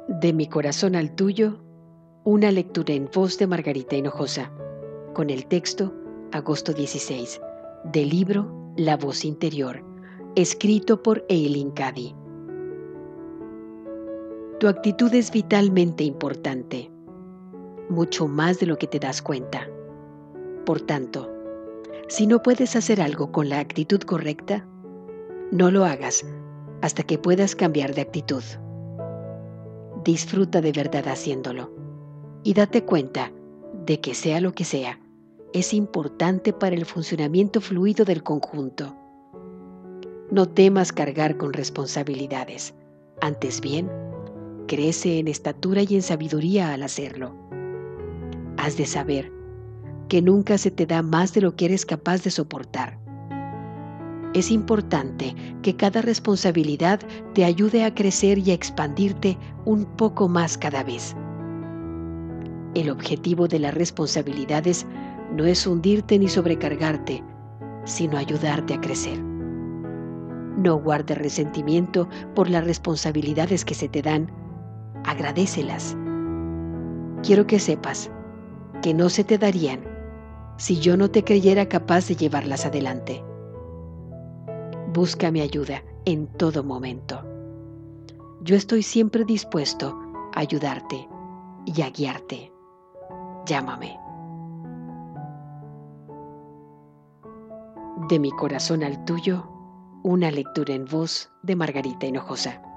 De mi corazón al tuyo, una lectura en voz de Margarita Hinojosa, con el texto Agosto 16, del libro La voz interior, escrito por Eileen Cady. Tu actitud es vitalmente importante, mucho más de lo que te das cuenta. Por tanto, si no puedes hacer algo con la actitud correcta, no lo hagas hasta que puedas cambiar de actitud. Disfruta de verdad haciéndolo y date cuenta de que sea lo que sea, es importante para el funcionamiento fluido del conjunto. No temas cargar con responsabilidades, antes bien, crece en estatura y en sabiduría al hacerlo. Has de saber que nunca se te da más de lo que eres capaz de soportar. Es importante que cada responsabilidad te ayude a crecer y a expandirte un poco más cada vez. El objetivo de las responsabilidades no es hundirte ni sobrecargarte, sino ayudarte a crecer. No guardes resentimiento por las responsabilidades que se te dan, agradécelas. Quiero que sepas que no se te darían si yo no te creyera capaz de llevarlas adelante. Busca mi ayuda en todo momento. Yo estoy siempre dispuesto a ayudarte y a guiarte. Llámame. De mi corazón al tuyo, una lectura en voz de Margarita Hinojosa.